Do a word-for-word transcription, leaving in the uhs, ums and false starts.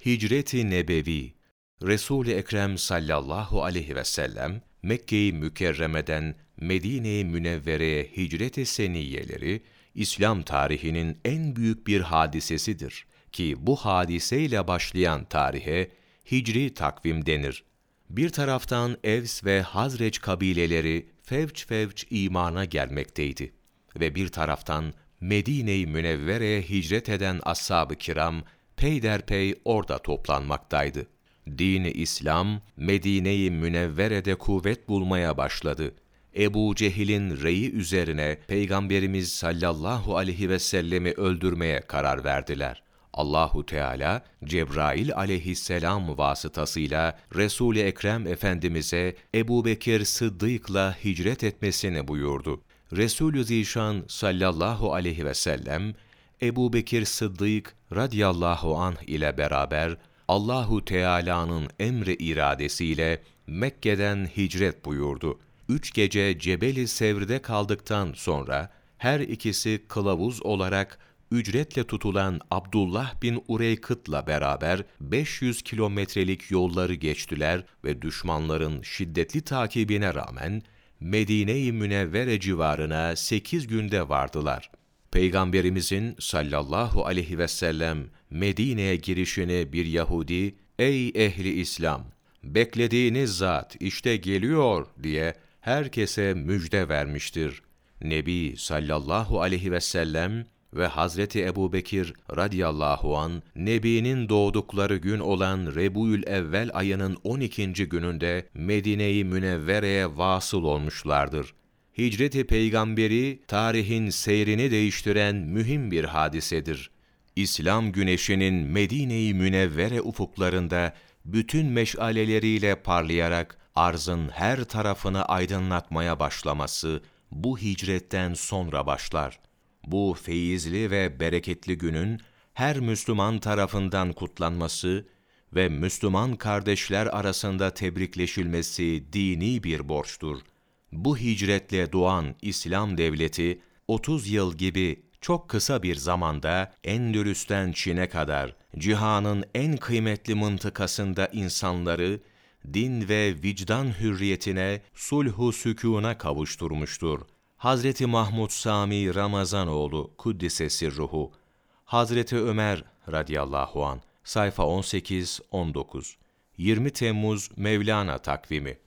Hicret-i Nebevi, Resul-i Ekrem sallallahu aleyhi ve sellem, Mekke-i Mükerreme'den Medine-i Münevvere'ye hicret-i seniyyeleri, İslam tarihinin en büyük bir hadisesidir ki bu hadiseyle başlayan tarihe Hicri takvim denir. Bir taraftan Evs ve Hazreç kabileleri fevç fevç imana gelmekteydi ve bir taraftan Medine-i Münevvere'ye hicret eden ashab-ı kiram peyderpey orada toplanmaktaydı. Din-i İslam, Medine-i Münevvere'de kuvvet bulmaya başladı. Ebu Cehil'in reyi üzerine Peygamberimiz sallallahu aleyhi ve sellemi öldürmeye karar verdiler. Allahu Teala Cebrail aleyhisselam vasıtasıyla Resul-i Ekrem Efendimiz'e Ebu Bekir Sıddık'la hicret etmesini buyurdu. Resulü Zişan sallallahu aleyhi ve sellem Ebu Bekir Sıddık radıyallahu anh ile beraber Allahu Teala'nın emri iradesiyle Mekke'den hicret buyurdu. Üç gece Cebeli Sevr'de kaldıktan sonra her ikisi kılavuz olarak ücretle tutulan Abdullah bin Ureykıt'la beraber beş yüz kilometrelik yolları geçtiler ve düşmanların şiddetli takibine rağmen Medine-i Münevvere civarına sekiz günde vardılar. Peygamberimizin sallallahu aleyhi ve sellem Medine'ye girişini bir Yahudi, "Ey ehli İslam, beklediğiniz zat işte geliyor" diye herkese müjde vermiştir. Nebi sallallahu aleyhi ve sellem ve Hazreti Ebubekir radıyallahu an Nebi'nin doğdukları gün olan Rebû'ül-Evvel ayının on ikinci gününde Medine-i Münevvere'ye vasıl olmuşlardır. Hicret-i Peygamberi, tarihin seyrini değiştiren mühim bir hadisedir. İslam güneşinin Medine-i Münevvere ufuklarında bütün meşaleleriyle parlayarak arzın her tarafını aydınlatmaya başlaması bu hicretten sonra başlar. Bu feyizli ve bereketli günün her Müslüman tarafından kutlanması ve Müslüman kardeşler arasında tebrikleşilmesi dini bir borçtur. Bu hicretle doğan İslam devleti otuz yıl gibi çok kısa bir zamanda Endülüs'ten Çin'e kadar cihanın en kıymetli mıntıkasında insanları din ve vicdan hürriyetine, sulh-u sükûna kavuşturmuştur. Hazreti Mahmud Sami Ramazanoğlu Kuddise Sirruhu, Hazreti Ömer radıyallahu an sayfa on sekiz on dokuz, yirmi Temmuz Mevlana takvimi.